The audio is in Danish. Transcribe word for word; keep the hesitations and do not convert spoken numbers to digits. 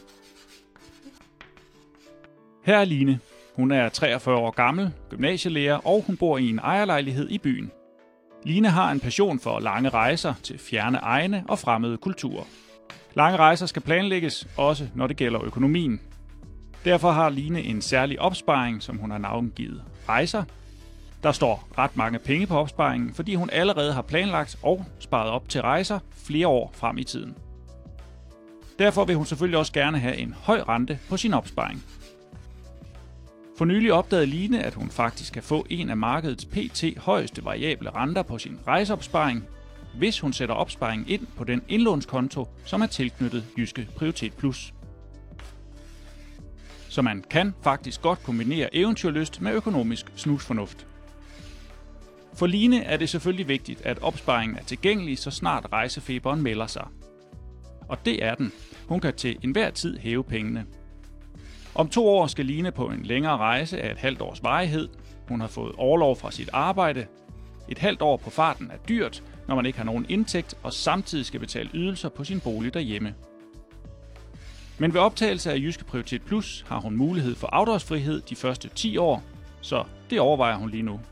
Her er Line. Hun er treogfyrre år gammel, gymnasielærer, og hun bor i en ejerlejlighed i byen. Line har en passion for lange rejser til fjerne egne og fremmede kulturer. Lange rejser skal planlægges, også når det gælder økonomien. Derfor har Line en særlig opsparing, som hun har navngivet Rejser. Der står ret mange penge på opsparingen, fordi hun allerede har planlagt og sparet op til rejser flere år frem i tiden. Derfor vil hun selvfølgelig også gerne have en høj rente på sin opsparing. For nylig opdagede Line, at hun faktisk kan få en af markedets pt. Højeste variable renter på sin rejseopsparing, hvis hun sætter opsparingen ind på den indlånskonto, som er tilknyttet Jyske Prioritet Plus. Så man kan faktisk godt kombinere eventyrlyst med økonomisk snusfornuft. For Line er det selvfølgelig vigtigt, at opsparingen er tilgængelig, så snart rejsefeberen melder sig. Og det er den. Hun kan til enhver tid hæve pengene. Om to år skal Line på en længere rejse af et halvt års varighed. Hun har fået orlov fra sit arbejde. Et halvt år på farten er dyrt, når man ikke har nogen indtægt og samtidig skal betale ydelser på sin bolig derhjemme. Men ved optagelse af Jyske Prioritet Plus har hun mulighed for afdragsfrihed de første ti år, så det overvejer hun lige nu.